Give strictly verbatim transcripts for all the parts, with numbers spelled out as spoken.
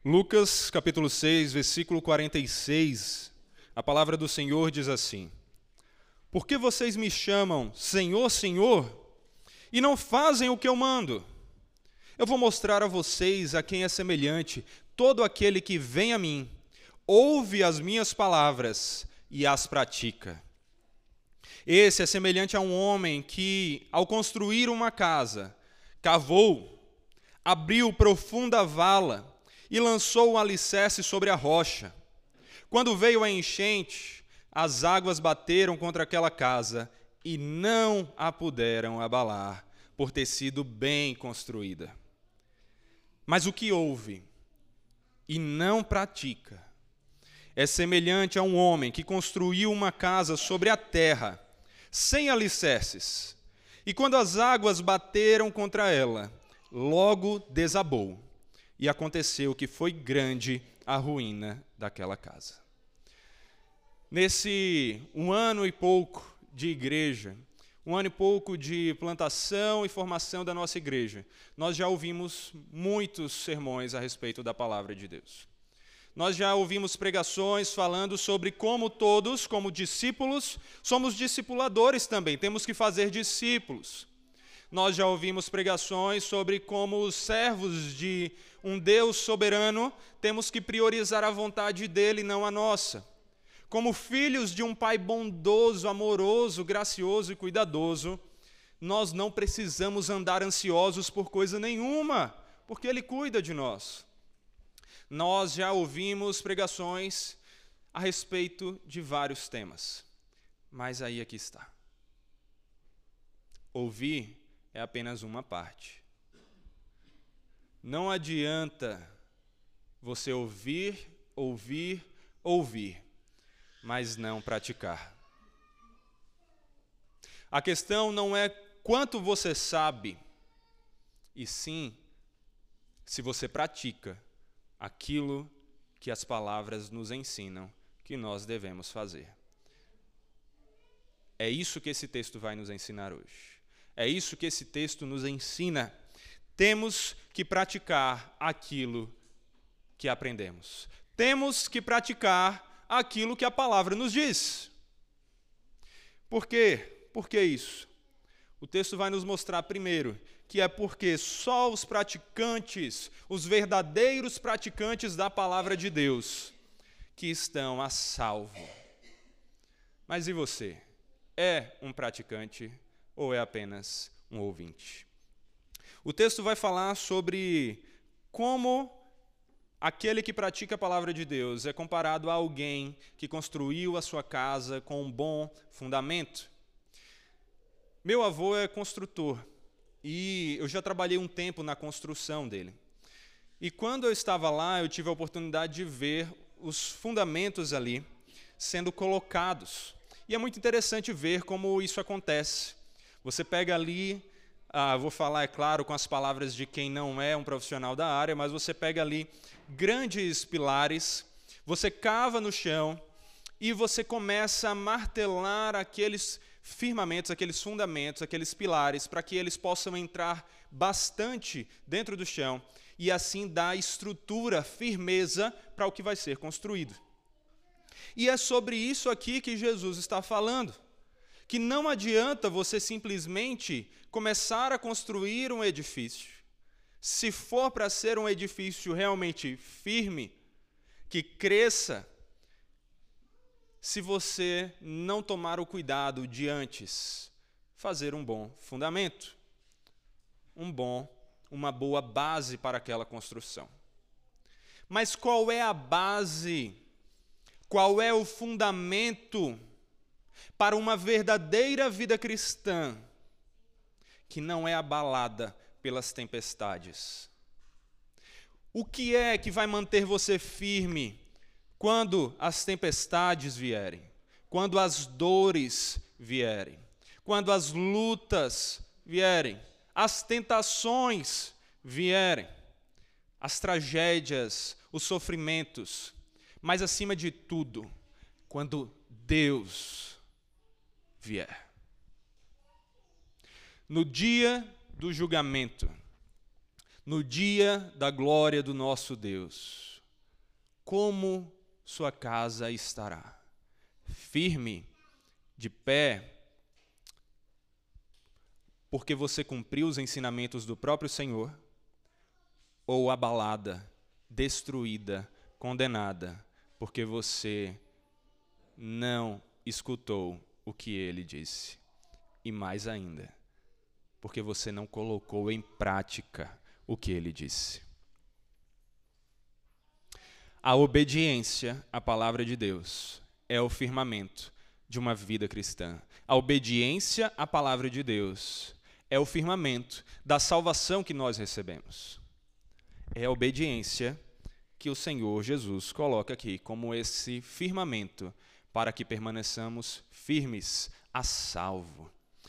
Lucas, capítulo seis, versículo quarenta e seis, a palavra do Senhor diz assim: Por que vocês me chamam Senhor, Senhor, e não fazem o que eu mando? Eu vou mostrar a vocês a quem é semelhante. Todo aquele que vem a mim, ouve as minhas palavras e as pratica. Esse é semelhante a um homem que, ao construir uma casa, cavou, abriu profunda vala e lançou o alicerce sobre a rocha. Quando veio a enchente, as águas bateram contra aquela casa e não a puderam abalar, por ter sido bem construída. Mas o que ouve e não pratica é semelhante a um homem que construiu uma casa sobre a terra, sem alicerces, e quando as águas bateram contra ela, logo desabou. E aconteceu que foi grande a ruína daquela casa. Nesse um ano e pouco de igreja, um ano e pouco de plantação e formação da nossa igreja, nós já ouvimos muitos sermões a respeito da palavra de Deus. Nós já ouvimos pregações falando sobre como todos, como discípulos, somos discipuladores também, temos que fazer discípulos. Nós já ouvimos pregações sobre como os servos de um Deus soberano temos que priorizar a vontade dele e não a nossa. Como filhos de um Pai bondoso, amoroso, gracioso e cuidadoso, nós não precisamos andar ansiosos por coisa nenhuma, porque Ele cuida de nós. Nós já ouvimos pregações a respeito de vários temas, mas aí aqui está. Ouvir é apenas uma parte. Não adianta você ouvir, ouvir, ouvir, mas não praticar. A questão não é quanto você sabe, e sim se você pratica aquilo que as palavras nos ensinam que nós devemos fazer. É isso que esse texto vai nos ensinar hoje. É isso que esse texto nos ensina. Temos que praticar aquilo que aprendemos. Temos que praticar aquilo que a palavra nos diz. Por quê? Por que isso? O texto vai nos mostrar primeiro que é porque só os praticantes, os verdadeiros praticantes da palavra de Deus, que estão a salvo. Mas e você? É um praticante ou é apenas um ouvinte? O texto vai falar sobre como aquele que pratica a palavra de Deus é comparado a alguém que construiu a sua casa com um bom fundamento. Meu avô é construtor e eu já trabalhei um tempo na construção dele. E quando eu estava lá, eu tive a oportunidade de ver os fundamentos ali sendo colocados. E é muito interessante ver como isso acontece. Você pega ali, ah, vou falar, é claro, com as palavras de quem não é um profissional da área, mas você pega ali grandes pilares, você cava no chão e você começa a martelar aqueles firmamentos, aqueles fundamentos, aqueles pilares, para que eles possam entrar bastante dentro do chão e assim dar estrutura, firmeza para o que vai ser construído. E é sobre isso aqui que Jesus está falando, que não adianta você simplesmente começar a construir um edifício. Se for para ser um edifício realmente firme, que cresça, se você não tomar o cuidado de antes fazer um bom fundamento, um bom, uma boa base para aquela construção. Mas qual é a base? Qual é o fundamento para uma verdadeira vida cristã que não é abalada pelas tempestades? O que é que vai manter você firme quando as tempestades vierem, quando as dores vierem, quando as lutas vierem, as tentações vierem, as tragédias, os sofrimentos, mas acima de tudo, quando Deus vier. No dia do julgamento, no dia da glória do nosso Deus, como sua casa estará? Firme, de pé, porque você cumpriu os ensinamentos do próprio Senhor, ou abalada, destruída, condenada, porque você não escutou o que ele disse? E mais ainda, porque você não colocou em prática o que ele disse. A obediência à palavra de Deus é o firmamento de uma vida cristã. A obediência à palavra de Deus é o firmamento da salvação que nós recebemos. É a obediência que o Senhor Jesus coloca aqui como esse firmamento para que permaneçamos firmes, a salvo.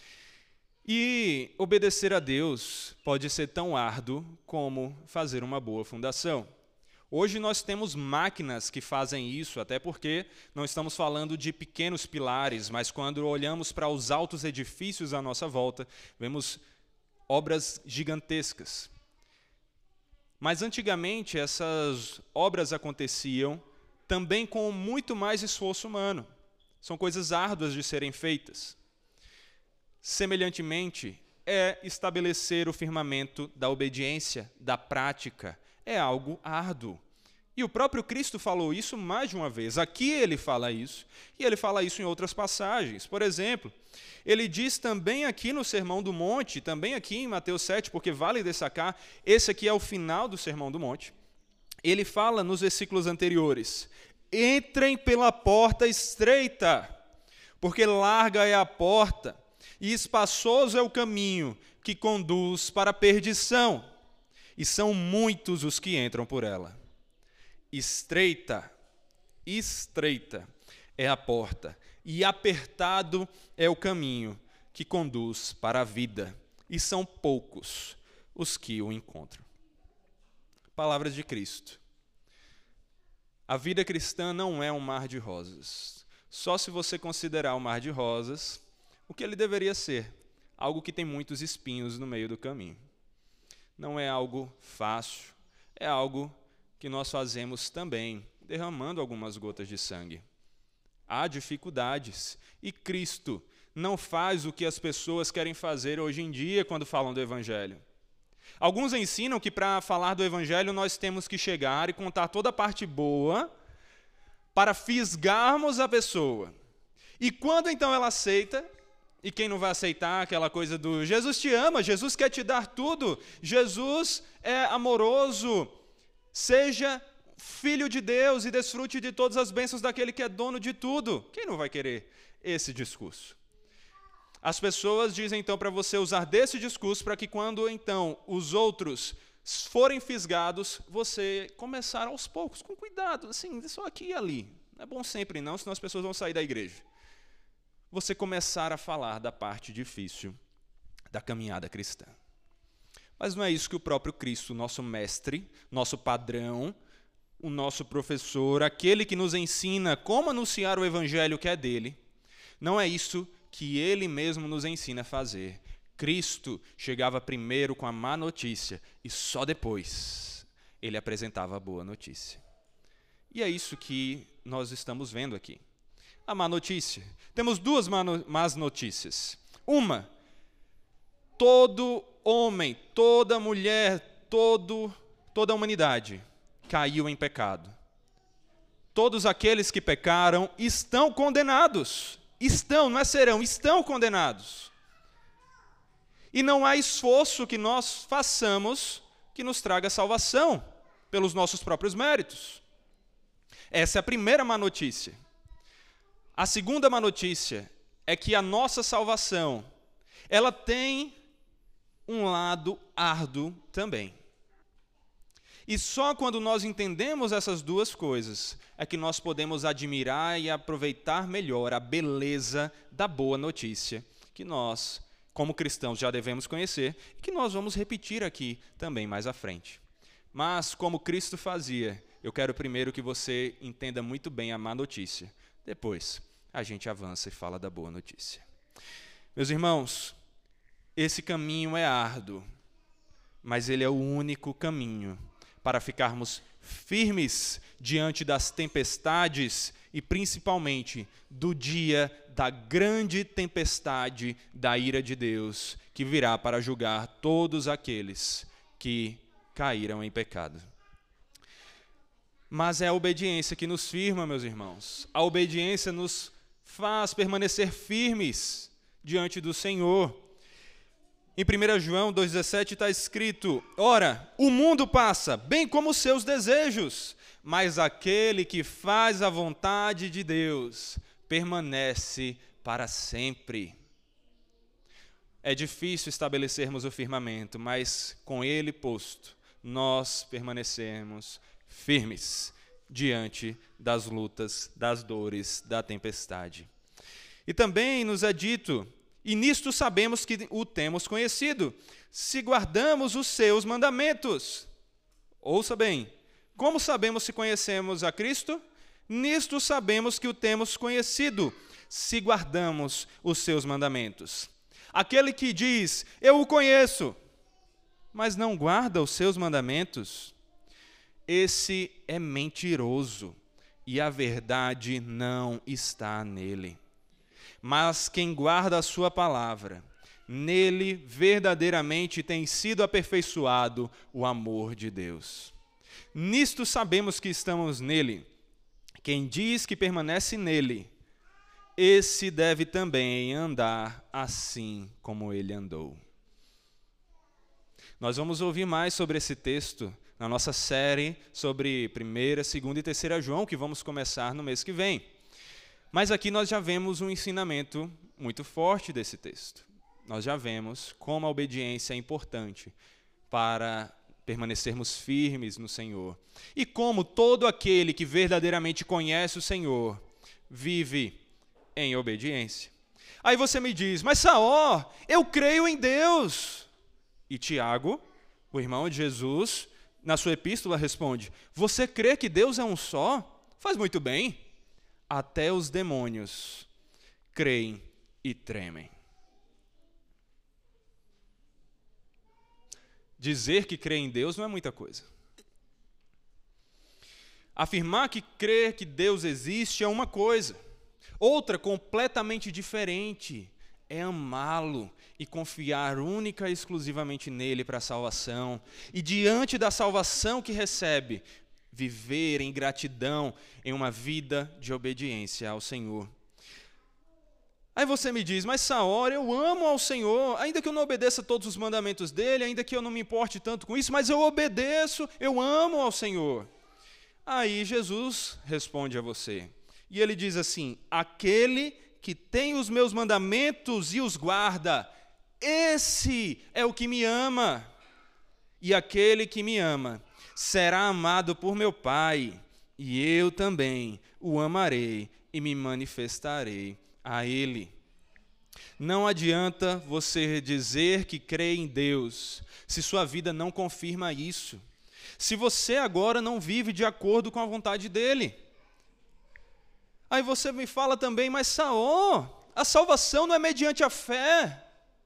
E obedecer a Deus pode ser tão árduo como fazer uma boa fundação. Hoje nós temos máquinas que fazem isso, até porque não estamos falando de pequenos pilares, mas quando olhamos para os altos edifícios à nossa volta, vemos obras gigantescas. Mas antigamente essas obras aconteciam também com muito mais esforço humano. São coisas árduas de serem feitas. Semelhantemente, é estabelecer o firmamento da obediência, da prática. É algo árduo. E o próprio Cristo falou isso mais de uma vez. Aqui ele fala isso, e ele fala isso em outras passagens. Por exemplo, ele diz também aqui no Sermão do Monte, também aqui em Mateus sete, porque vale destacar, esse aqui é o final do Sermão do Monte. Ele fala nos versículos anteriores: entrem pela porta estreita, porque larga é a porta, e espaçoso é o caminho que conduz para a perdição, e são muitos os que entram por ela. Estreita, estreita é a porta, e apertado é o caminho que conduz para a vida, e são poucos os que o encontram. Palavras de Cristo. A vida cristã não é um mar de rosas. Só se você considerar o mar de rosas o que ele deveria ser, algo que tem muitos espinhos no meio do caminho. Não é algo fácil, é algo que nós fazemos também, derramando algumas gotas de sangue. Há dificuldades, e Cristo não faz o que as pessoas querem fazer hoje em dia quando falam do Evangelho. Alguns ensinam que para falar do Evangelho nós temos que chegar e contar toda a parte boa para fisgarmos a pessoa. E quando então ela aceita, e quem não vai aceitar aquela coisa do Jesus te ama, Jesus quer te dar tudo, Jesus é amoroso, seja filho de Deus e desfrute de todas as bênçãos daquele que é dono de tudo. Quem não vai querer esse discurso? As pessoas dizem então para você usar desse discurso para que quando então os outros forem fisgados, você começar aos poucos, com cuidado, assim, só aqui e ali. Não é bom sempre não, senão as pessoas vão sair da igreja. Você começar a falar da parte difícil da caminhada cristã. Mas não é isso que o próprio Cristo, nosso mestre, nosso padrão, o nosso professor, aquele que nos ensina como anunciar o evangelho que é dele, não é isso que ele mesmo nos ensina a fazer. Cristo chegava primeiro com a má notícia e só depois ele apresentava a boa notícia. E é isso que nós estamos vendo aqui. A má notícia. Temos duas más notícias. Uma, todo homem, toda mulher, todo, toda a humanidade caiu em pecado. Todos aqueles que pecaram estão condenados. Estão, não é serão, estão condenados. E não há esforço que nós façamos que nos traga salvação pelos nossos próprios méritos. Essa é a primeira má notícia. A segunda má notícia é que a nossa salvação, ela tem um lado árduo também. E só quando nós entendemos essas duas coisas é que nós podemos admirar e aproveitar melhor a beleza da boa notícia que nós, como cristãos, já devemos conhecer e que nós vamos repetir aqui também mais à frente. Mas, como Cristo fazia, eu quero primeiro que você entenda muito bem a má notícia. Depois, a gente avança e fala da boa notícia. Meus irmãos, esse caminho é árduo, mas ele é o único caminho para ficarmos firmes diante das tempestades e principalmente do dia da grande tempestade da ira de Deus, que virá para julgar todos aqueles que caíram em pecado. Mas é a obediência que nos firma, meus irmãos. A obediência nos faz permanecer firmes diante do Senhor. Em primeiro João dois dezessete está escrito: ora, o mundo passa, bem como os seus desejos, mas aquele que faz a vontade de Deus permanece para sempre. É difícil estabelecermos o firmamento, mas com ele posto, nós permanecemos firmes diante das lutas, das dores, da tempestade. E também nos é dito: e nisto sabemos que o temos conhecido, se guardamos os seus mandamentos. Ouça bem, como sabemos se conhecemos a Cristo? Nisto sabemos que o temos conhecido, se guardamos os seus mandamentos. Aquele que diz, eu o conheço, mas não guarda os seus mandamentos, esse é mentiroso, e a verdade não está nele. Mas quem guarda a sua palavra, nele verdadeiramente tem sido aperfeiçoado o amor de Deus. Nisto sabemos que estamos nele. Quem diz que permanece nele, esse deve também andar assim como ele andou. Nós vamos ouvir mais sobre esse texto na nossa série sobre primeira, segunda e terceira João, que vamos começar no mês que vem. Mas aqui nós já vemos um ensinamento muito forte desse texto. Nós já vemos como a obediência é importante para permanecermos firmes no Senhor. E como todo aquele que verdadeiramente conhece o Senhor vive em obediência. Aí você me diz, mas Saó, eu creio em Deus. E Tiago, o irmão de Jesus, na sua epístola responde, você crê que Deus é um só? Faz muito bem. Até os demônios creem e tremem. Dizer que crê em Deus não é muita coisa. Afirmar que crê que Deus existe é uma coisa. Outra, completamente diferente, é amá-lo e confiar única e exclusivamente nele para a salvação. E diante da salvação que recebe, viver em gratidão, em uma vida de obediência ao Senhor. Aí você me diz, mas Saó, eu amo ao Senhor, ainda que eu não obedeça todos os mandamentos dele, ainda que eu não me importe tanto com isso, mas eu obedeço, eu amo ao Senhor. Aí Jesus responde a você, e ele diz assim, aquele que tem os meus mandamentos e os guarda, esse é o que me ama, e aquele que me ama será amado por meu Pai, e eu também o amarei e me manifestarei a ele. Não adianta você dizer que crê em Deus, se sua vida não confirma isso. Se você agora não vive de acordo com a vontade dele. Aí você me fala também, mas Saó, a salvação não é mediante a fé.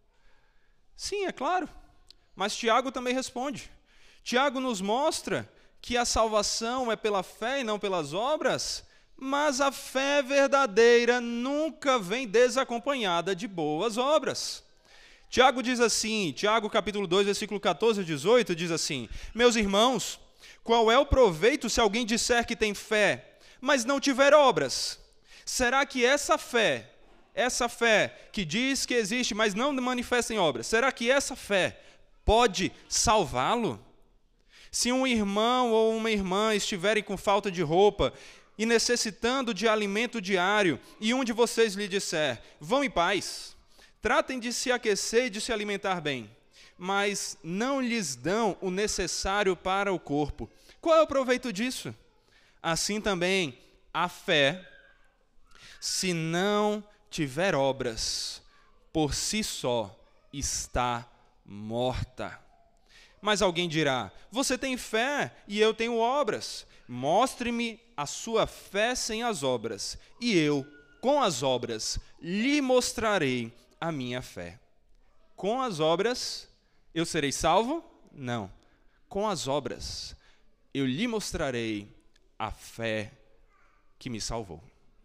Sim, é claro, mas Tiago também responde. Tiago nos mostra que a salvação é pela fé e não pelas obras, mas a fé verdadeira nunca vem desacompanhada de boas obras. Tiago diz assim, Tiago capítulo dois, versículo catorze a dezoito, diz assim, meus irmãos, qual é o proveito se alguém disser que tem fé, mas não tiver obras? Será que essa fé, essa fé que diz que existe, mas não manifesta em obras, será que essa fé pode salvá-lo? Se um irmão ou uma irmã estiverem com falta de roupa e necessitando de alimento diário, e um de vocês lhe disser, vão em paz, tratem de se aquecer e de se alimentar bem, mas não lhes dão o necessário para o corpo, qual é o proveito disso? Assim também, a fé, se não tiver obras, por si só está morta. Mas alguém dirá, você tem fé e eu tenho obras. Mostre-me a sua fé sem as obras, e eu, com as obras, lhe mostrarei a minha fé. Com as obras, eu serei salvo? Não. Com as obras, eu lhe mostrarei a fé que me salvou.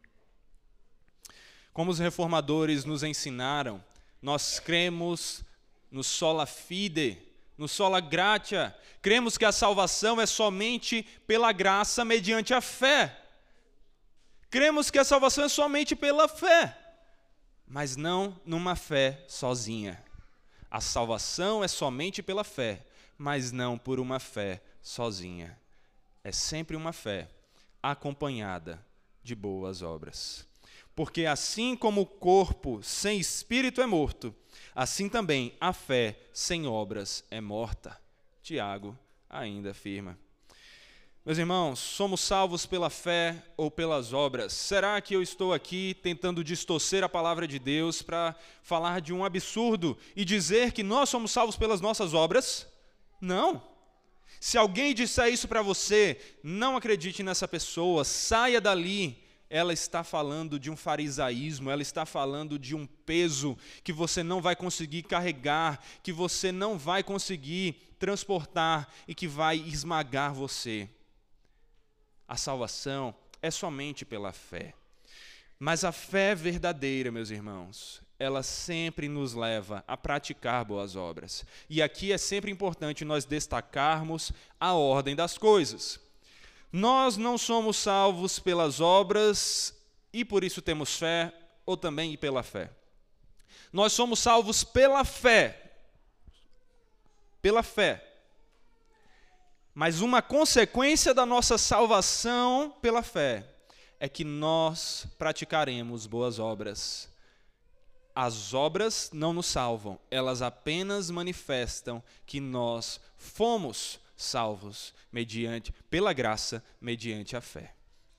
Como os reformadores nos ensinaram, nós cremos no sola fide, no sola gratia. Cremos que a salvação é somente pela graça mediante a fé. Cremos que a salvação é somente pela fé, mas não numa fé sozinha. A salvação é somente pela fé, mas não por uma fé sozinha. É sempre uma fé acompanhada de boas obras. Porque assim como o corpo sem espírito é morto, assim também a fé sem obras é morta. Tiago ainda afirma. Meus irmãos, somos salvos pela fé ou pelas obras? Será que eu estou aqui tentando distorcer a palavra de Deus para falar de um absurdo e dizer que nós somos salvos pelas nossas obras? Não. Se alguém disser isso para você, não acredite nessa pessoa, saia dali. Ela está falando de um farisaísmo, ela está falando de um peso que você não vai conseguir carregar, que você não vai conseguir transportar e que vai esmagar você. A salvação é somente pela fé. Mas a fé verdadeira, meus irmãos, ela sempre nos leva a praticar boas obras. E aqui é sempre importante nós destacarmos a ordem das coisas. Nós não somos salvos pelas obras e por isso temos fé, ou também pela fé. Nós somos salvos pela fé. Pela fé. Mas uma consequência da nossa salvação pela fé é que nós praticaremos boas obras. As obras não nos salvam, elas apenas manifestam que nós fomos salvos mediante, pela graça, mediante a fé.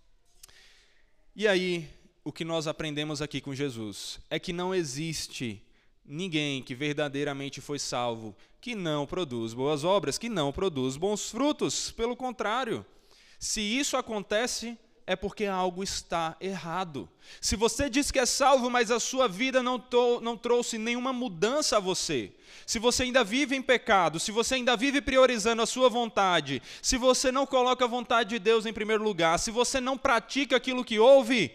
E aí, o que nós aprendemos aqui com Jesus é que não existe ninguém que verdadeiramente foi salvo que não produz boas obras, que não produz bons frutos. Pelo contrário, se isso acontece, é porque algo está errado. Se você diz que é salvo, mas a sua vida não, to, não trouxe nenhuma mudança a você, se você ainda vive em pecado, se você ainda vive priorizando a sua vontade, se você não coloca a vontade de Deus em primeiro lugar, se você não pratica aquilo que ouve,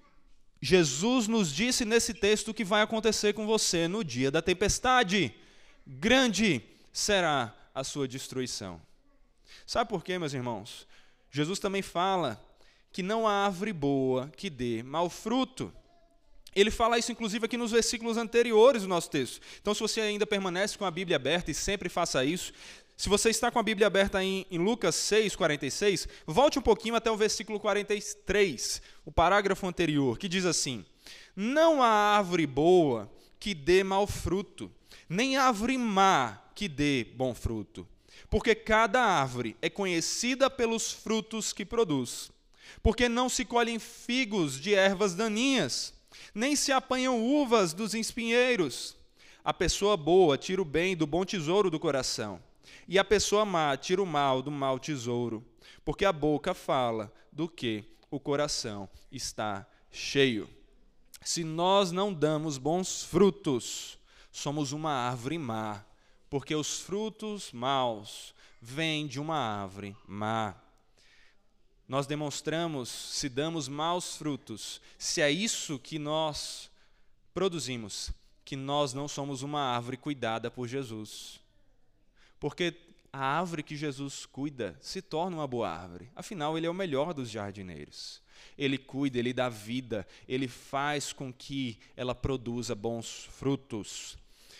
Jesus nos disse nesse texto o que vai acontecer com você no dia da tempestade. Grande será a sua destruição. Sabe por quê, meus irmãos? Jesus também fala que não há árvore boa que dê mau fruto. Ele fala isso, inclusive, aqui nos versículos anteriores do nosso texto. Então, se você ainda permanece com a Bíblia aberta, e sempre faça isso, se você está com a Bíblia aberta em, em Lucas seis, quarenta e seis, volte um pouquinho até o versículo quarenta e três, o parágrafo anterior, que diz assim: não há árvore boa que dê mau fruto, nem árvore má que dê bom fruto, porque cada árvore é conhecida pelos frutos que produz. Porque não se colhem figos de ervas daninhas, nem se apanham uvas dos espinheiros. A pessoa boa tira o bem do bom tesouro do coração, e a pessoa má tira o mal do mau tesouro, porque a boca fala do que o coração está cheio. Se nós não damos bons frutos, somos uma árvore má, porque os frutos maus vêm de uma árvore má. Nós demonstramos, se damos maus frutos, se é isso que nós produzimos, que nós não somos uma árvore cuidada por Jesus. Porque a árvore que Jesus cuida se torna uma boa árvore. Afinal, ele é o melhor dos jardineiros. Ele cuida, ele dá vida, ele faz com que ela produza bons frutos.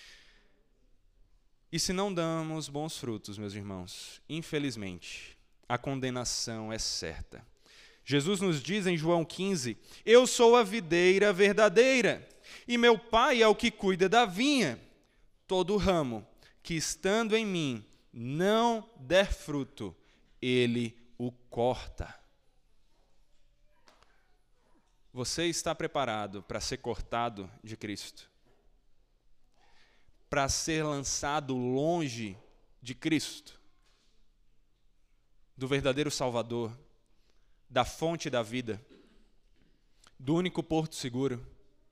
E se não damos bons frutos, meus irmãos, infelizmente, a condenação é certa. Jesus nos diz em João quinze, eu sou a videira verdadeira, e meu Pai é o que cuida da vinha. Todo ramo que estando em mim não der fruto, ele o corta. Você está preparado para ser cortado de Cristo? Para ser lançado longe de Cristo? Do verdadeiro Salvador, da fonte da vida, do único porto seguro?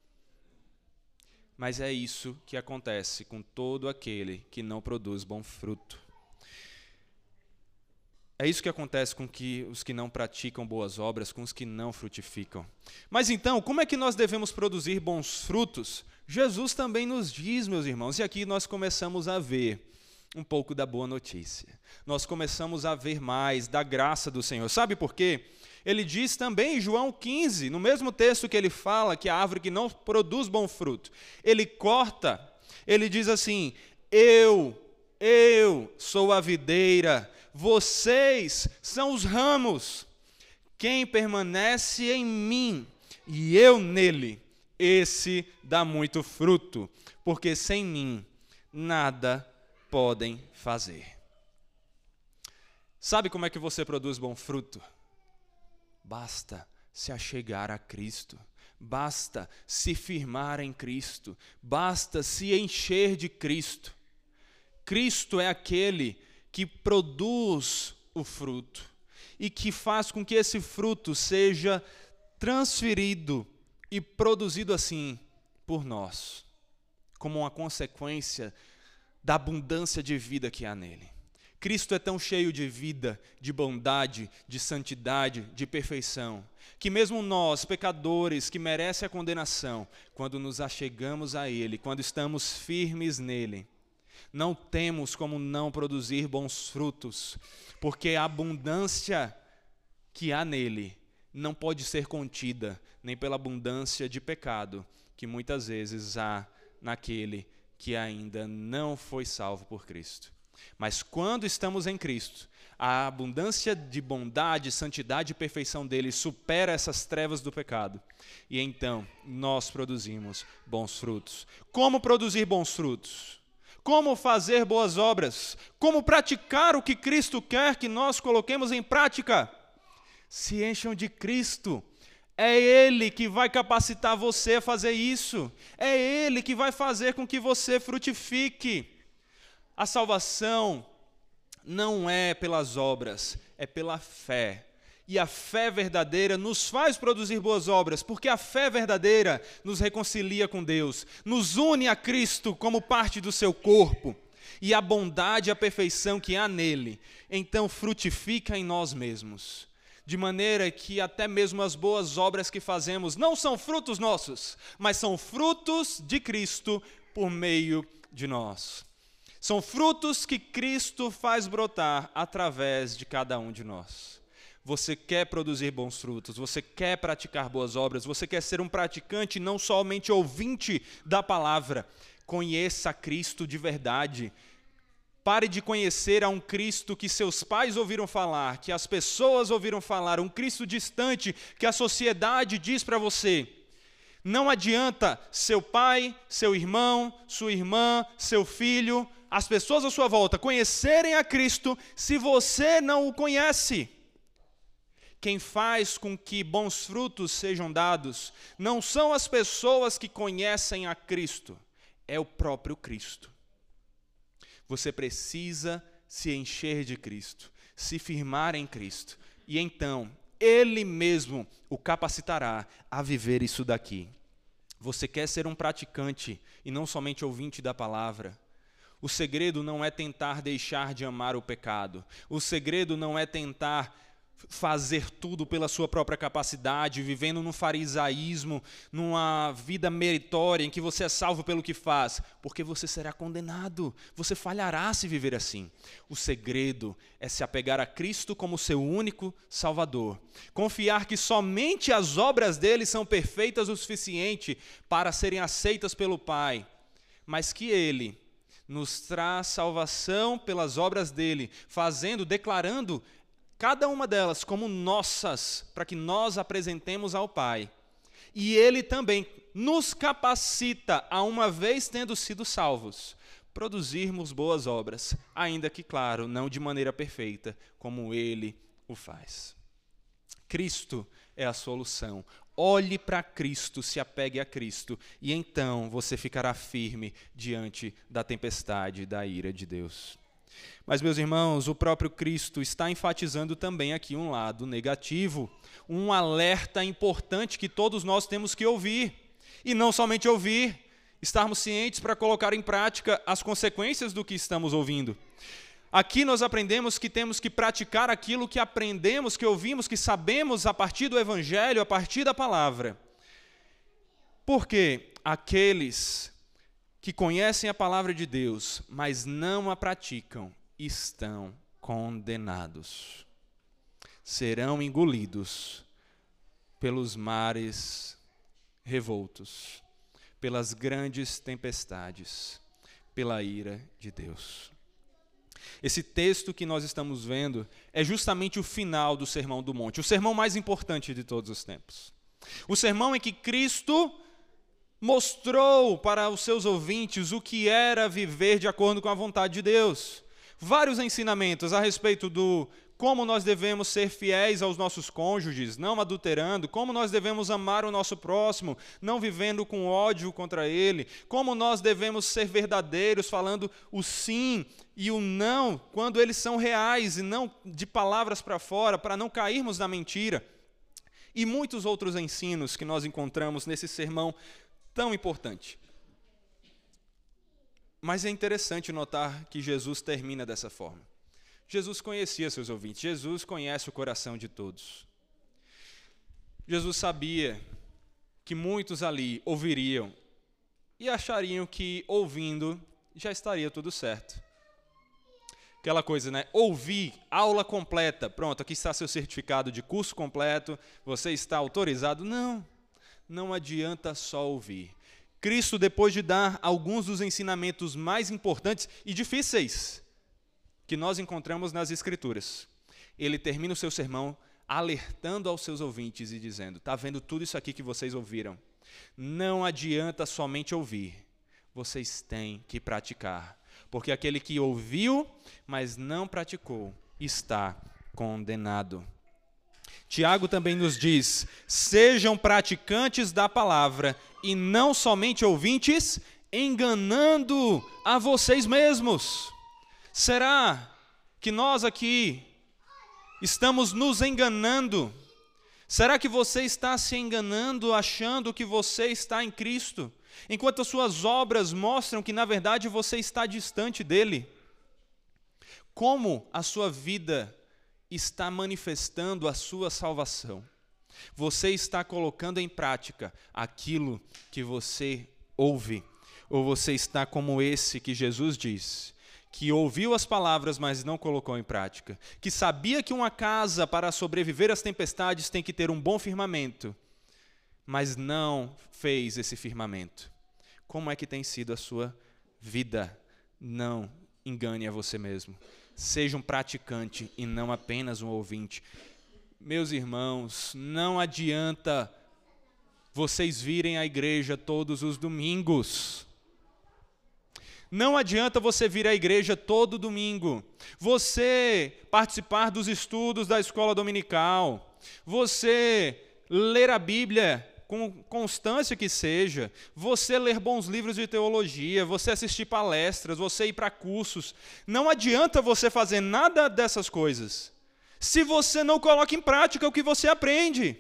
Mas é isso que acontece com todo aquele que não produz bom fruto. É isso que acontece com que os que não praticam boas obras, com os que não frutificam. Mas então, como é que nós devemos produzir bons frutos? Jesus também nos diz, meus irmãos, e aqui nós começamos a ver um pouco da boa notícia. Nós começamos a ver mais da graça do Senhor. Sabe por quê? Ele diz também em João quinze, no mesmo texto que ele fala que a árvore que não produz bom fruto, ele corta, ele diz assim, eu, eu sou a videira, vocês são os ramos. Quem permanece em mim e eu nele, esse dá muito fruto, porque sem mim nada podem fazer. Sabe como é que você produz bom fruto? Basta se achegar a Cristo, basta se firmar em Cristo, basta se encher de Cristo. Cristo é aquele que produz o fruto e que faz com que esse fruto seja transferido e produzido assim por nós, como uma consequência da abundância de vida que há nele. Cristo é tão cheio de vida, de bondade, de santidade, de perfeição, que mesmo nós, pecadores, que merecem a condenação, quando nos achegamos a Ele, quando estamos firmes nele, não temos como não produzir bons frutos, porque a abundância que há nele não pode ser contida, nem pela abundância de pecado que muitas vezes há naquele que ainda não foi salvo por Cristo. Mas quando estamos em Cristo, a abundância de bondade, santidade e perfeição dele supera essas trevas do pecado. E então nós produzimos bons frutos. Como produzir bons frutos? Como fazer boas obras? Como praticar o que Cristo quer que nós coloquemos em prática? Se encham de Cristo. É Ele que vai capacitar você a fazer isso. É Ele que vai fazer com que você frutifique. A salvação não é pelas obras, é pela fé. E a fé verdadeira nos faz produzir boas obras, porque a fé verdadeira nos reconcilia com Deus, nos une a Cristo como parte do seu corpo. E a bondade e a perfeição que há nele, então frutifica em nós mesmos. De maneira que até mesmo as boas obras que fazemos não são frutos nossos, mas são frutos de Cristo por meio de nós. São frutos que Cristo faz brotar através de cada um de nós. Você quer produzir bons frutos, você quer praticar boas obras, você quer ser um praticante, não somente ouvinte da palavra. Conheça Cristo de verdade. Pare de conhecer a um Cristo que seus pais ouviram falar, que as pessoas ouviram falar, um Cristo distante que a sociedade diz para você. Não adianta seu pai, seu irmão, sua irmã, seu filho, as pessoas à sua volta conhecerem a Cristo se você não o conhece. Quem faz com que bons frutos sejam dados não são as pessoas que conhecem a Cristo, é o próprio Cristo. Você precisa se encher de Cristo, se firmar em Cristo, e então Ele mesmo o capacitará a viver isso daqui. Você quer ser um praticante e não somente ouvinte da palavra? O segredo não é tentar deixar de amar o pecado. O segredo não é tentar fazer tudo pela sua própria capacidade, vivendo num farisaísmo, numa vida meritória em que você é salvo pelo que faz, porque você será condenado, você falhará se viver assim. O segredo é se apegar a Cristo como seu único Salvador, confiar que somente as obras dele são perfeitas o suficiente para serem aceitas pelo Pai, mas que ele nos traz salvação pelas obras dele, fazendo, declarando cada uma delas como nossas, para que nós apresentemos ao Pai. E Ele também nos capacita, a uma vez tendo sido salvos, produzirmos boas obras, ainda que, claro, não de maneira perfeita, como Ele o faz. Cristo é a solução. Olhe para Cristo, se apegue a Cristo, e então você ficará firme diante da tempestade, da ira de Deus. Mas, meus irmãos, o próprio Cristo está enfatizando também aqui um lado negativo, um alerta importante que todos nós temos que ouvir. E não somente ouvir, estarmos cientes para colocar em prática as consequências do que estamos ouvindo. aqui nós aprendemos que temos que praticar aquilo que aprendemos, que ouvimos, que sabemos a partir do Evangelho, a partir da palavra. Porque aqueles que conhecem a palavra de Deus, mas não a praticam, estão condenados. Serão engolidos pelos mares revoltos, pelas grandes tempestades, pela ira de Deus. Esse texto que nós estamos vendo é justamente o final do Sermão do Monte, o sermão mais importante de todos os tempos. O sermão em que Cristo mostrou para os seus ouvintes o que era viver de acordo com a vontade de Deus. Vários ensinamentos a respeito do como nós devemos ser fiéis aos nossos cônjuges, não adulterando, como nós devemos amar o nosso próximo, não vivendo com ódio contra ele, como nós devemos ser verdadeiros, falando o sim e o não, quando eles são reais e não de palavras para fora, para não cairmos na mentira. E muitos outros ensinos que nós encontramos nesse sermão tão importante. Mas é interessante notar que Jesus termina dessa forma. Jesus conhecia seus ouvintes, Jesus conhece o coração de todos. Jesus sabia que muitos ali ouviriam e achariam que ouvindo já estaria tudo certo. Aquela coisa, né? Ouvir, aula completa, pronto, aqui está seu certificado de curso completo, você está autorizado. Não, não adianta só ouvir. Cristo, depois de dar alguns dos ensinamentos mais importantes e difíceis que nós encontramos nas Escrituras, ele termina o seu sermão alertando aos seus ouvintes e dizendo: está vendo tudo isso aqui que vocês ouviram? Não adianta somente ouvir, vocês têm que praticar, porque aquele que ouviu, mas não praticou, está condenado. Tiago também nos diz: sejam praticantes da palavra e não somente ouvintes, enganando a vocês mesmos. Será que nós aqui estamos nos enganando? Será que você está se enganando achando que você está em Cristo, enquanto as suas obras mostram que na verdade você está distante dele? Como a sua vida está manifestando a sua salvação? Você está colocando em prática aquilo que você ouve? Ou você está como esse que Jesus diz, que ouviu as palavras, mas não colocou em prática, que sabia que uma casa para sobreviver às tempestades tem que ter um bom firmamento, mas não fez esse firmamento? Como é que tem sido a sua vida? Não engane a você mesmo. Seja um praticante e não apenas um ouvinte. Meus irmãos, não adianta vocês virem à igreja todos os domingos. Não adianta você vir à igreja todo domingo, você participar dos estudos da escola dominical, você ler a Bíblia com constância que seja, você ler bons livros de teologia, você assistir palestras, você ir para cursos. Não adianta você fazer nada dessas coisas se você não coloca em prática o que você aprende.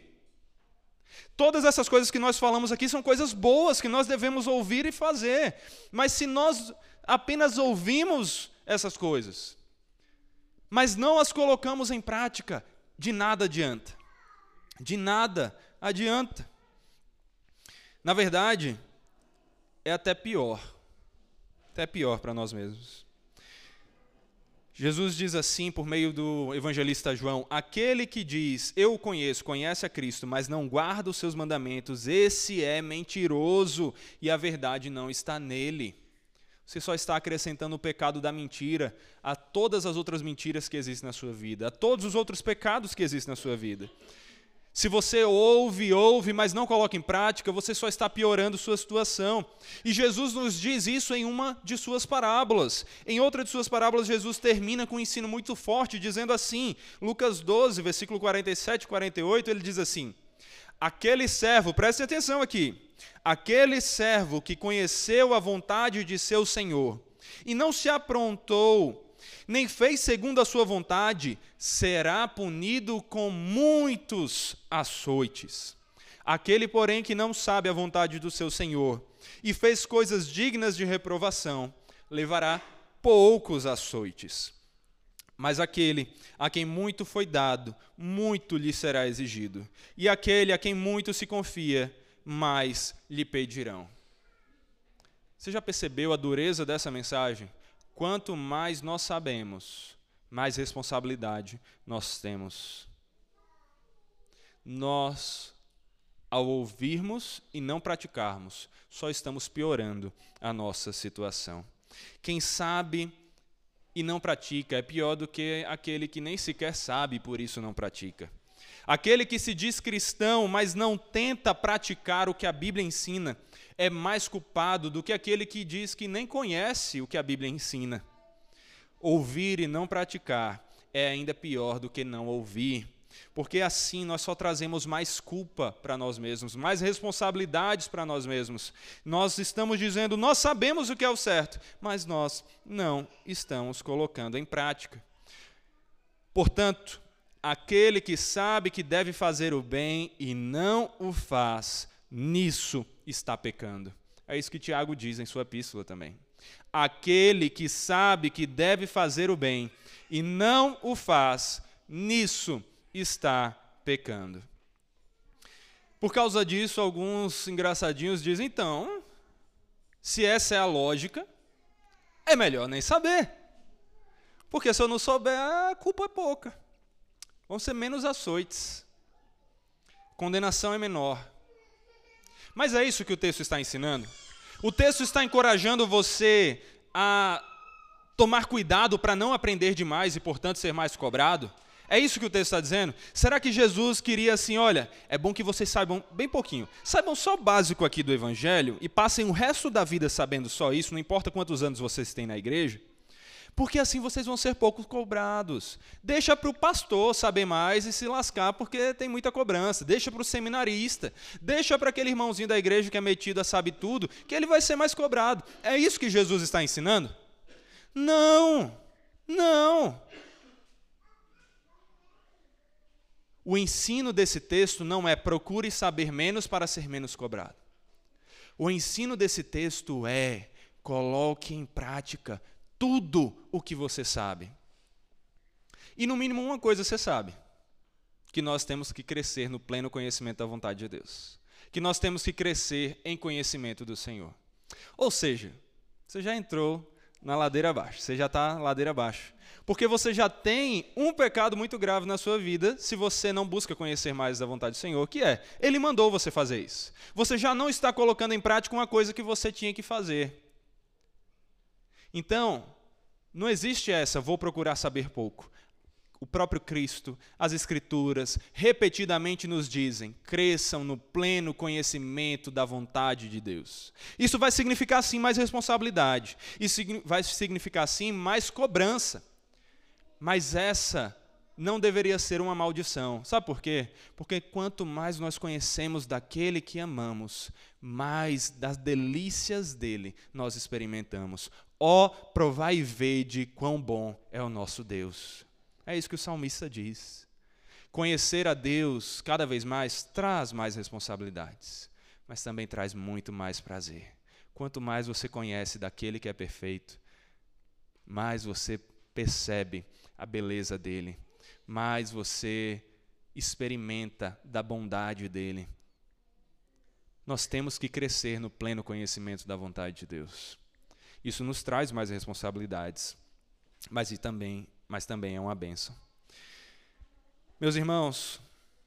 Todas essas coisas que nós falamos aqui são coisas boas que nós devemos ouvir e fazer. Mas se nós apenas ouvimos essas coisas, mas não as colocamos em prática, de nada adianta. De nada adianta. Na verdade, é até pior. Até pior para nós mesmos. Jesus diz assim por meio do evangelista João: aquele que diz, eu o conheço, conhece a Cristo, mas não guarda os seus mandamentos, esse é mentiroso e a verdade não está nele. Você só está acrescentando o pecado da mentira a todas as outras mentiras que existem na sua vida, a todos os outros pecados que existem na sua vida. Se você ouve, ouve, mas não coloca em prática, você só está piorando sua situação. E Jesus nos diz isso em uma de suas parábolas. Em outra de suas parábolas, Jesus termina com um ensino muito forte, dizendo assim, Lucas doze, versículo quarenta e sete e quarenta e oito, ele diz assim: aquele servo, preste atenção aqui, aquele servo que conheceu a vontade de seu senhor e não se aprontou, nem fez segundo a sua vontade, será punido com muitos açoites. Aquele, porém, que não sabe a vontade do seu senhor e fez coisas dignas de reprovação, levará poucos açoites. Mas aquele a quem muito foi dado, muito lhe será exigido. E aquele a quem muito se confia, mais lhe pedirão. Você já percebeu a dureza dessa mensagem? Quanto mais nós sabemos, mais responsabilidade nós temos. Nós, ao ouvirmos e não praticarmos, só estamos piorando a nossa situação. Quem sabe e não pratica é pior do que aquele que nem sequer sabe e por isso não pratica. Aquele que se diz cristão, mas não tenta praticar o que a Bíblia ensina, é mais culpado do que aquele que diz que nem conhece o que a Bíblia ensina. Ouvir e não praticar é ainda pior do que não ouvir, porque assim nós só trazemos mais culpa para nós mesmos, mais responsabilidades para nós mesmos. Nós estamos dizendo, nós sabemos o que é o certo, mas nós não estamos colocando em prática. Portanto, aquele que sabe que deve fazer o bem e não o faz, nisso está pecando. É isso que Tiago diz em sua epístola também. Aquele que sabe que deve fazer o bem e não o faz, nisso está pecando. Por causa disso, alguns engraçadinhos dizem, então, se essa é a lógica, é melhor nem saber. Porque se eu não souber, a culpa é pouca. Vão ser menos açoites. Condenação é menor. Mas é isso que o texto está ensinando? O texto está encorajando você a tomar cuidado para não aprender demais e, portanto, ser mais cobrado? É isso que o texto está dizendo? Será que Jesus queria assim, olha, é bom que vocês saibam bem pouquinho, saibam só o básico aqui do Evangelho e passem o resto da vida sabendo só isso, não importa quantos anos vocês têm na igreja, porque assim vocês vão ser pouco cobrados. Deixa para o pastor saber mais e se lascar, porque tem muita cobrança. Deixa para o seminarista, deixa para aquele irmãozinho da igreja que é metido a sabe tudo, que ele vai ser mais cobrado. É isso que Jesus está ensinando? Não, não. O ensino desse texto não é procure saber menos para ser menos cobrado. O ensino desse texto é coloque em prática tudo o que você sabe. E no mínimo uma coisa você sabe, que nós temos que crescer no pleno conhecimento da vontade de Deus. Que nós temos que crescer em conhecimento do Senhor. Ou seja, você já entrou na ladeira abaixo, você já está na ladeira abaixo. Porque você já tem um pecado muito grave na sua vida se você não busca conhecer mais da vontade do Senhor, que é, Ele mandou você fazer isso. Você já não está colocando em prática uma coisa que você tinha que fazer. Então, não existe essa, vou procurar saber pouco. O próprio Cristo, as Escrituras, repetidamente nos dizem, cresçam no pleno conhecimento da vontade de Deus. Isso vai significar, sim, mais responsabilidade. Isso vai significar, sim, mais cobrança. Mas essa não deveria ser uma maldição. Sabe por quê? Porque quanto mais nós conhecemos daquele que amamos, mais das delícias dele nós experimentamos. Ó, provai e vede quão bom é o nosso Deus. É isso que o salmista diz. Conhecer a Deus cada vez mais traz mais responsabilidades, mas também traz muito mais prazer. Quanto mais você conhece daquele que é perfeito, mais você percebe a beleza dele, mais você experimenta da bondade dele. Nós temos que crescer no pleno conhecimento da vontade de Deus. Isso nos traz mais responsabilidades, mas, e também, mas também é uma bênção. Meus irmãos,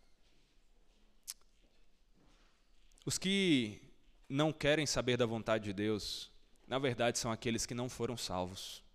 os que não querem saber da vontade de Deus, na verdade são aqueles que não foram salvos.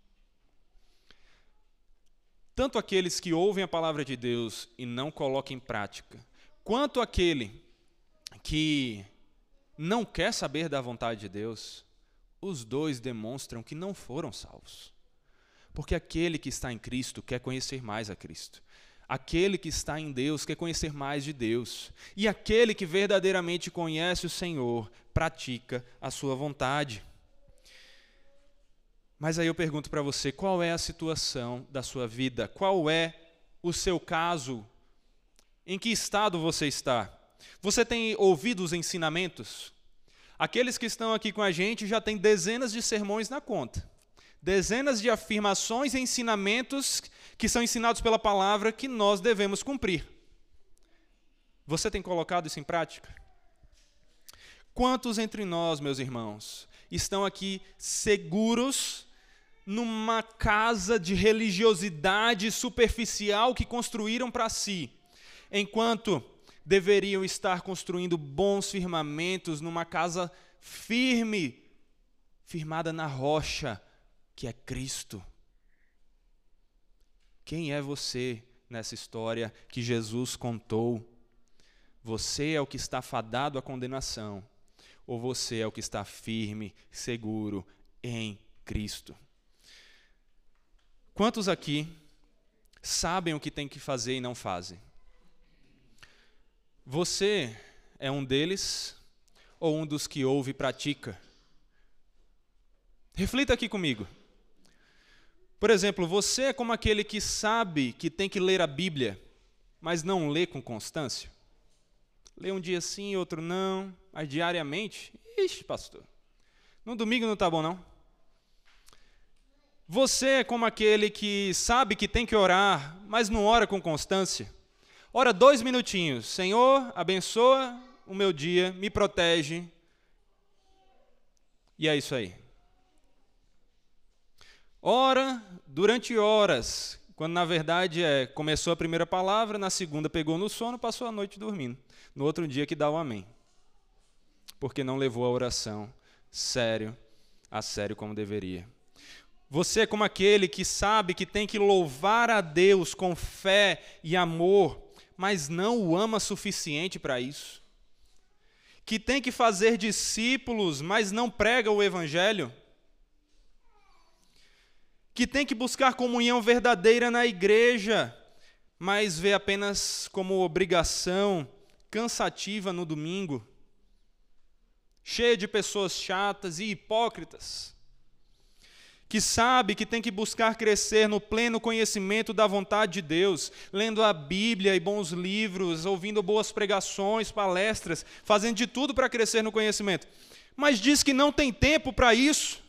Tanto aqueles que ouvem a palavra de Deus e não colocam em prática, quanto aquele que não quer saber da vontade de Deus, os dois demonstram que não foram salvos. Porque aquele que está em Cristo quer conhecer mais a Cristo. Aquele que está em Deus quer conhecer mais de Deus. E aquele que verdadeiramente conhece o Senhor, pratica a sua vontade. Mas aí eu pergunto para você, qual é a situação da sua vida? Qual é o seu caso? Em que estado você está? Você tem ouvido os ensinamentos? Aqueles que estão aqui com a gente já têm dezenas de sermões na conta. Dezenas de afirmações e ensinamentos que são ensinados pela palavra que nós devemos cumprir. Você tem colocado isso em prática? Quantos entre nós, meus irmãos, estão aqui seguros numa casa de religiosidade superficial que construíram para si, enquanto deveriam estar construindo bons firmamentos numa casa firme, firmada na rocha, que é Cristo? Quem é você nessa história que Jesus contou? Você é o que está fadado à condenação, ou você é o que está firme, seguro em Cristo? Quantos aqui sabem o que tem que fazer e não fazem? Você é um deles ou um dos que ouve e pratica? Reflita aqui comigo. Por exemplo, você é como aquele que sabe que tem que ler a Bíblia, mas não lê com constância? Lê um dia sim, outro não, mas diariamente? Ixi, pastor, no domingo não está bom não? Você é como aquele que sabe que tem que orar, mas não ora com constância? Ora dois minutinhos. Senhor, abençoa o meu dia, me protege. E é isso aí. Ora durante horas, quando na verdade é, começou a primeira palavra, na segunda pegou no sono, passou a noite dormindo. No outro dia que dá o amém. Porque não levou a oração sério, a sério como deveria. Você é como aquele que sabe que tem que louvar a Deus com fé e amor, mas não o ama suficiente para isso. Que tem que fazer discípulos, mas não prega o Evangelho. Que tem que buscar comunhão verdadeira na igreja, mas vê apenas como obrigação cansativa no domingo. Cheia de pessoas chatas e hipócritas. Que sabe que tem que buscar crescer no pleno conhecimento da vontade de Deus, lendo a Bíblia e bons livros, ouvindo boas pregações, palestras, fazendo de tudo para crescer no conhecimento. Mas diz que não tem tempo para isso.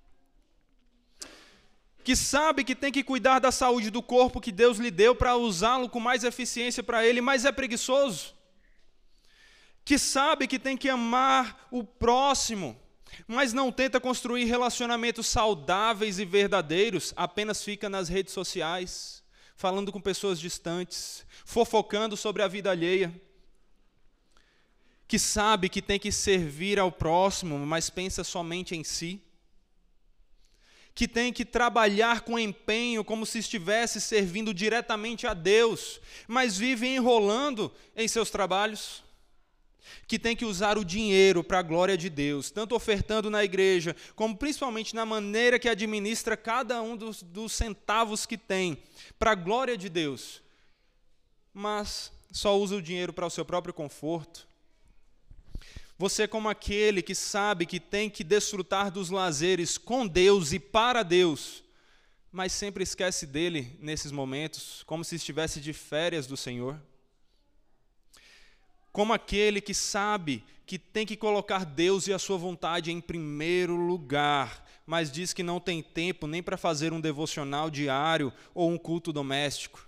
Que sabe que tem que cuidar da saúde do corpo que Deus lhe deu para usá-lo com mais eficiência para Ele, mas é preguiçoso. Que sabe que tem que amar o próximo, mas não tenta construir relacionamentos saudáveis e verdadeiros, apenas fica nas redes sociais, falando com pessoas distantes, fofocando sobre a vida alheia. Que sabe que tem que servir ao próximo, mas pensa somente em si. Que tem que trabalhar com empenho, como se estivesse servindo diretamente a Deus, mas vive enrolando em seus trabalhos. Que tem que usar o dinheiro para a glória de Deus, tanto ofertando na igreja, como principalmente na maneira que administra cada um dos, dos centavos que tem, para a glória de Deus, mas só usa o dinheiro para o seu próprio conforto. Você é como aquele que sabe que tem que desfrutar dos lazeres com Deus e para Deus, mas sempre esquece dele nesses momentos, como se estivesse de férias do Senhor. Como aquele que sabe que tem que colocar Deus e a sua vontade em primeiro lugar, mas diz que não tem tempo nem para fazer um devocional diário ou um culto doméstico.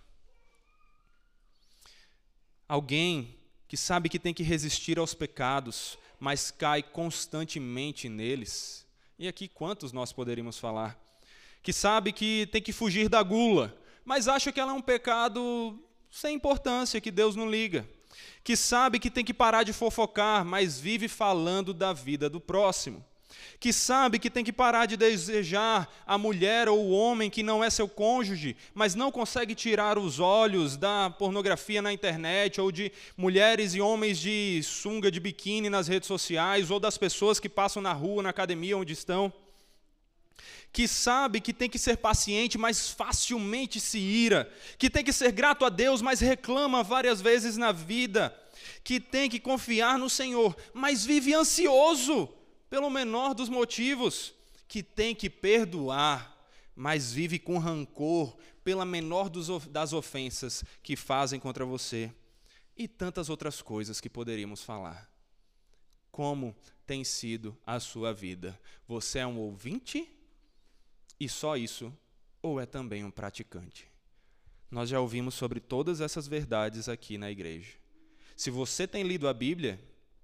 Alguém que sabe que tem que resistir aos pecados, mas cai constantemente neles. E aqui quantos nós poderíamos falar? Que sabe que tem que fugir da gula, mas acha que ela é um pecado sem importância, que Deus não liga. Que sabe que tem que parar de fofocar, mas vive falando da vida do próximo. Que sabe que tem que parar de desejar a mulher ou o homem que não é seu cônjuge, mas não consegue tirar os olhos da pornografia na internet, ou de mulheres e homens de sunga, de biquíni nas redes sociais, ou das pessoas que passam na rua, na academia onde estão. Que sabe que tem que ser paciente, mas facilmente se ira, que tem que ser grato a Deus, mas reclama várias vezes na vida, que tem que confiar no Senhor, mas vive ansioso pelo menor dos motivos, que tem que perdoar, mas vive com rancor pela menor dos, das ofensas que fazem contra você, e tantas outras coisas que poderíamos falar. Como tem sido a sua vida? Você é um ouvinte e só isso, ou é também um praticante. Nós já ouvimos sobre todas essas verdades aqui na igreja. Se você tem lido a Bíblia,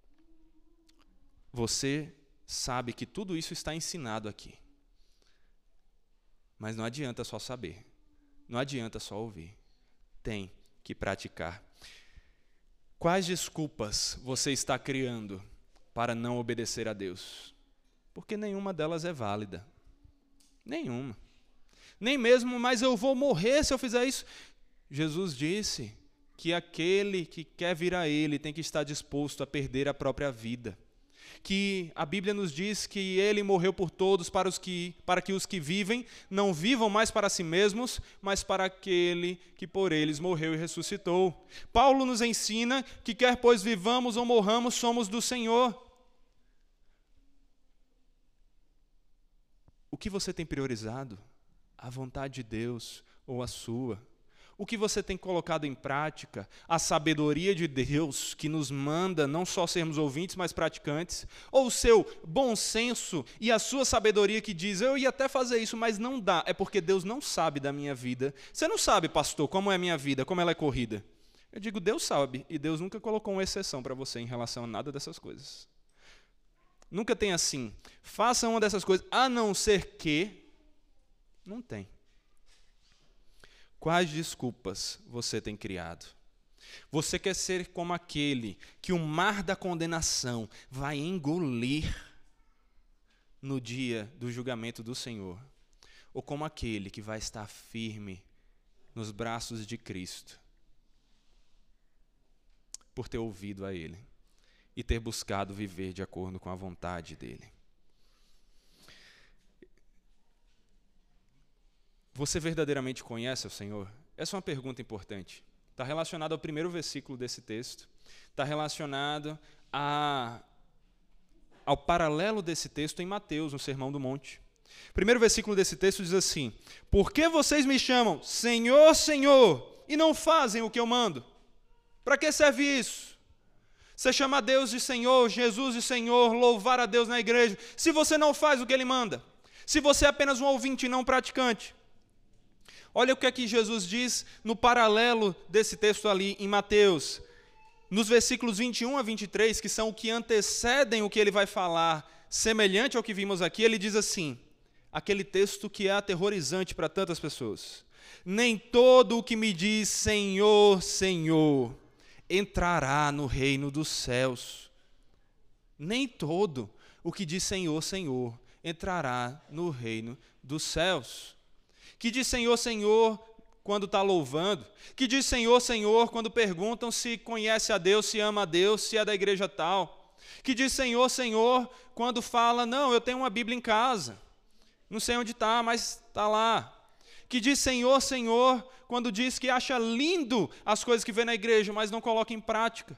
você sabe que tudo isso está ensinado aqui. Mas não adianta só saber, não adianta só ouvir, tem que praticar. Quais desculpas você está criando para não obedecer a Deus? Porque nenhuma delas é válida. Nenhuma. Nem mesmo, mas eu vou morrer se eu fizer isso. Jesus disse que aquele que quer vir a Ele tem que estar disposto a perder a própria vida. Que a Bíblia nos diz que Ele morreu por todos para, os que, para que os que vivem não vivam mais para si mesmos, mas para aquele que por eles morreu e ressuscitou. Paulo nos ensina que quer pois vivamos ou morramos, somos do Senhor. O que você tem priorizado? A vontade de Deus ou a sua? O que você tem colocado em prática? A sabedoria de Deus que nos manda não só sermos ouvintes, mas praticantes? Ou o seu bom senso e a sua sabedoria que diz, eu ia até fazer isso, mas não dá, é porque Deus não sabe da minha vida. Você não sabe, pastor, como é a minha vida, como ela é corrida. Eu digo, Deus sabe, e Deus nunca colocou uma exceção para você em relação a nada dessas coisas. Nunca tem assim, faça uma dessas coisas, a não ser que, não tem. Quais desculpas você tem criado? Você quer ser como aquele que o mar da condenação vai engolir no dia do julgamento do Senhor? Ou como aquele que vai estar firme nos braços de Cristo, por ter ouvido a Ele e ter buscado viver de acordo com a vontade dEle? Você verdadeiramente conhece o Senhor? Essa é uma pergunta importante. Está relacionado ao primeiro versículo desse texto. Está relacionado a, ao paralelo desse texto em Mateus, no Sermão do Monte. O primeiro versículo desse texto diz assim, por que vocês me chamam Senhor, Senhor, e não fazem o que eu mando? Para que serve isso? Você chama Deus de Senhor, Jesus de Senhor, louvar a Deus na igreja, se você não faz o que Ele manda, se você é apenas um ouvinte e não um praticante. Olha o que é que Jesus diz no paralelo desse texto ali em Mateus, nos versículos vinte e um a vinte e três, que são o que antecedem o que ele vai falar, semelhante ao que vimos aqui, ele diz assim, aquele texto que é aterrorizante para tantas pessoas, nem todo o que me diz Senhor, Senhor, entrará no reino dos céus. Nem todo o que diz Senhor, Senhor, entrará no reino dos céus. Que diz Senhor, Senhor, quando está louvando. Que diz Senhor, Senhor, quando perguntam se conhece a Deus, se ama a Deus, se é da igreja tal. Que diz Senhor, Senhor, quando fala, não, eu tenho uma Bíblia em casa. Não sei onde está, mas está lá. Que diz Senhor, Senhor, quando diz que acha lindo as coisas que vê na igreja, mas não coloca em prática.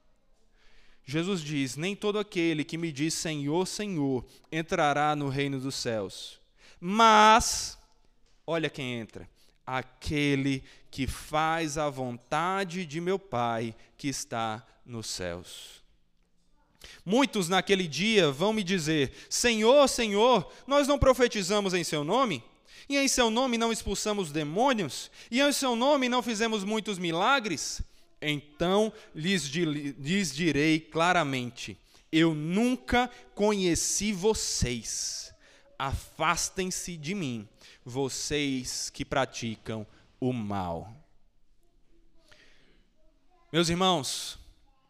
Jesus diz, nem todo aquele que me diz Senhor, Senhor, entrará no reino dos céus. Mas, olha quem entra, aquele que faz a vontade de meu Pai que está nos céus. Muitos naquele dia vão me dizer, Senhor, Senhor, nós não profetizamos em seu nome? E em seu nome não expulsamos demônios? E em seu nome não fizemos muitos milagres? Então lhes, lhes direi claramente, eu nunca conheci vocês. Afastem-se de mim, vocês que praticam o mal. Meus irmãos,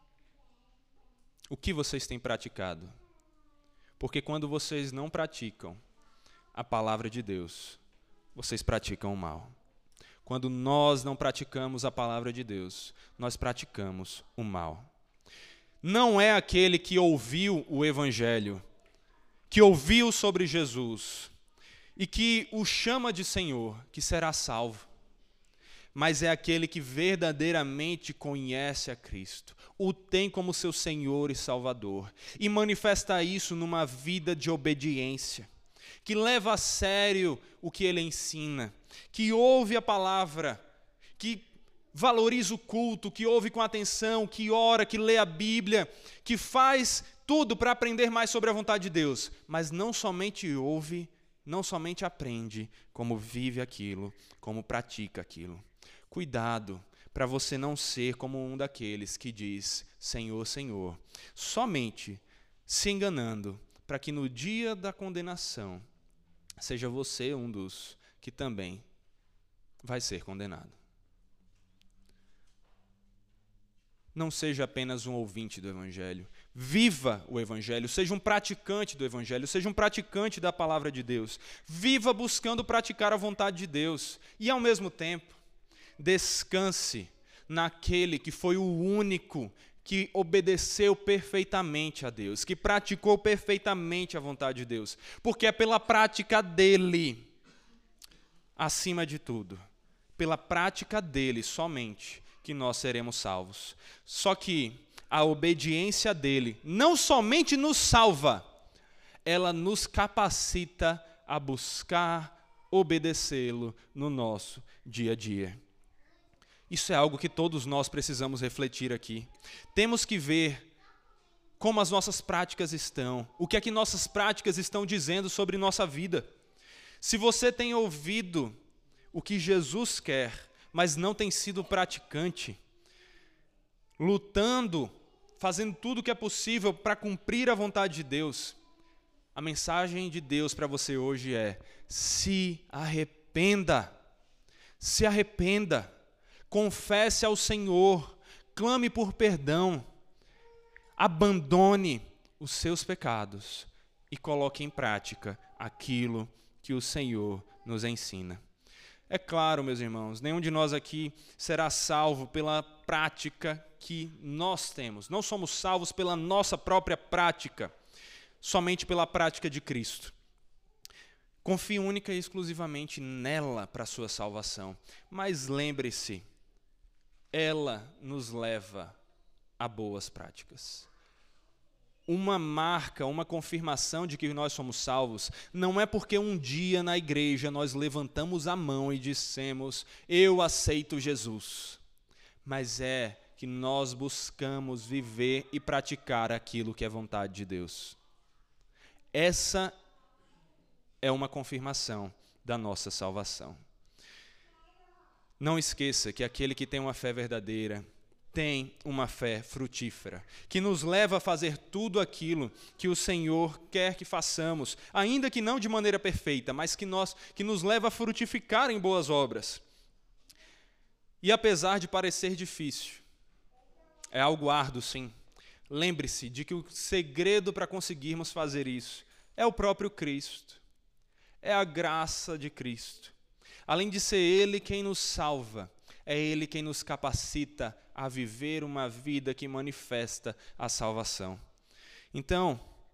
o que vocês têm praticado? Porque quando vocês não praticam a palavra de Deus, vocês praticam o mal. Quando nós não praticamos a palavra de Deus, nós praticamos o mal. Não é aquele que ouviu o Evangelho, que ouviu sobre Jesus e que o chama de Senhor, que será salvo. Mas é aquele que verdadeiramente conhece a Cristo, o tem como seu Senhor e Salvador, e manifesta isso numa vida de obediência, que leva a sério o que ele ensina, que ouve a palavra, que valoriza o culto, que ouve com atenção, que ora, que lê a Bíblia, que faz tudo para aprender mais sobre a vontade de Deus, mas não somente ouve, não somente aprende, como vive aquilo, como pratica aquilo. Cuidado para você não ser como um daqueles que diz Senhor, Senhor, somente se enganando, para que no dia da condenação seja você um dos que também vai ser condenado. Não seja apenas um ouvinte do Evangelho. Viva o Evangelho, seja um praticante do Evangelho, seja um praticante da palavra de Deus. Viva buscando praticar a vontade de Deus. E, ao mesmo tempo, descanse naquele que foi o único que obedeceu perfeitamente a Deus, que praticou perfeitamente a vontade de Deus. Porque é pela prática dele, acima de tudo, pela prática dele somente, que nós seremos salvos. Só que a obediência dele não somente nos salva, ela nos capacita a buscar obedecê-lo no nosso dia a dia. Isso é algo que todos nós precisamos refletir aqui. Temos que ver como as nossas práticas estão, o que é que nossas práticas estão dizendo sobre nossa vida. Se você tem ouvido o que Jesus quer, mas não tem sido praticante, lutando, fazendo tudo o que é possível para cumprir a vontade de Deus, a mensagem de Deus para você hoje é: se arrependa, se arrependa, confesse ao Senhor, clame por perdão, abandone os seus pecados e coloque em prática aquilo que o Senhor nos ensina. É claro, meus irmãos, nenhum de nós aqui será salvo pela prática que nós temos. Não somos salvos pela nossa própria prática, somente pela prática de Cristo. Confie única e exclusivamente nela para a sua salvação. Mas lembre-se, ela nos leva a boas práticas. Uma marca, uma confirmação de que nós somos salvos, não é porque um dia na igreja nós levantamos a mão e dissemos, eu aceito Jesus, mas é que nós buscamos viver e praticar aquilo que é vontade de Deus. Essa é uma confirmação da nossa salvação. Não esqueça que aquele que tem uma fé verdadeira, tem uma fé frutífera, que nos leva a fazer tudo aquilo que o Senhor quer que façamos, ainda que não de maneira perfeita, mas que, nós, que nos leva a frutificar em boas obras. E apesar de parecer difícil, é algo árduo, sim. Lembre-se de que o segredo para conseguirmos fazer isso é o próprio Cristo, é a graça de Cristo. Além de ser Ele quem nos salva, é Ele quem nos capacita a viver uma vida que manifesta a salvação. Então,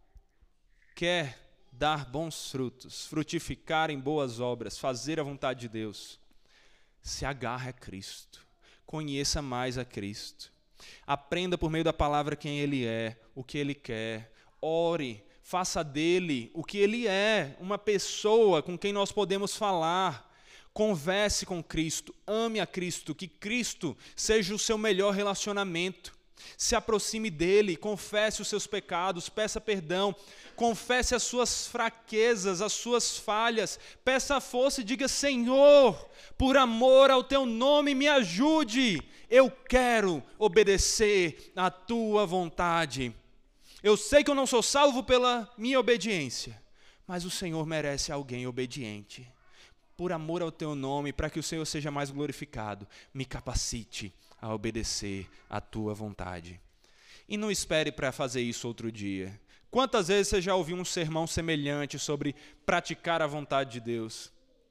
quer dar bons frutos, frutificar em boas obras, fazer a vontade de Deus, se agarre a Cristo, conheça mais a Cristo, aprenda por meio da palavra quem Ele é, o que Ele quer, ore, faça dele o que Ele é, uma pessoa com quem nós podemos falar. Converse com Cristo, ame a Cristo, que Cristo seja o seu melhor relacionamento. Se aproxime dele, confesse os seus pecados, peça perdão, confesse as suas fraquezas, as suas falhas, peça força e diga, Senhor, por amor ao teu nome, me ajude, eu quero obedecer à tua vontade. Eu sei que eu não sou salvo pela minha obediência, mas o Senhor merece alguém obediente. Por amor ao teu nome, para que o Senhor seja mais glorificado, me capacite a obedecer à tua vontade. E não espere para fazer isso outro dia. Quantas vezes você já ouviu um sermão semelhante sobre praticar a vontade de Deus?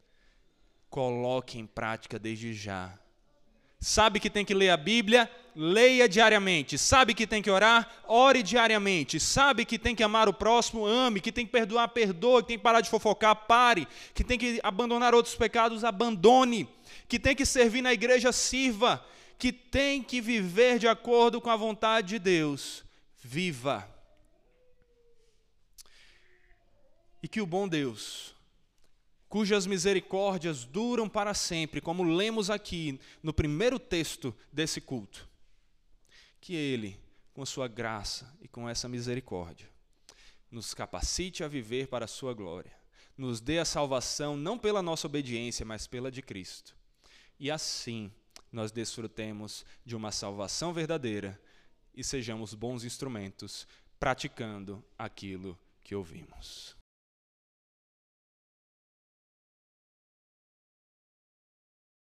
Coloque em prática desde já. Sabe que tem que ler a Bíblia? Leia diariamente. Sabe que tem que orar? Ore diariamente. Sabe que tem que amar o próximo? Ame. Que tem que perdoar? Perdoe. Que tem que parar de fofocar? Pare. Que tem que abandonar outros pecados? Abandone. Que tem que servir na igreja? Sirva. Que tem que viver de acordo com a vontade de Deus? Viva. E que o bom Deus, cujas misericórdias duram para sempre, como lemos aqui no primeiro texto desse culto, que Ele, com sua graça e com essa misericórdia, nos capacite a viver para a sua glória, nos dê a salvação não pela nossa obediência, mas pela de Cristo. E assim nós desfrutemos de uma salvação verdadeira e sejamos bons instrumentos praticando aquilo que ouvimos.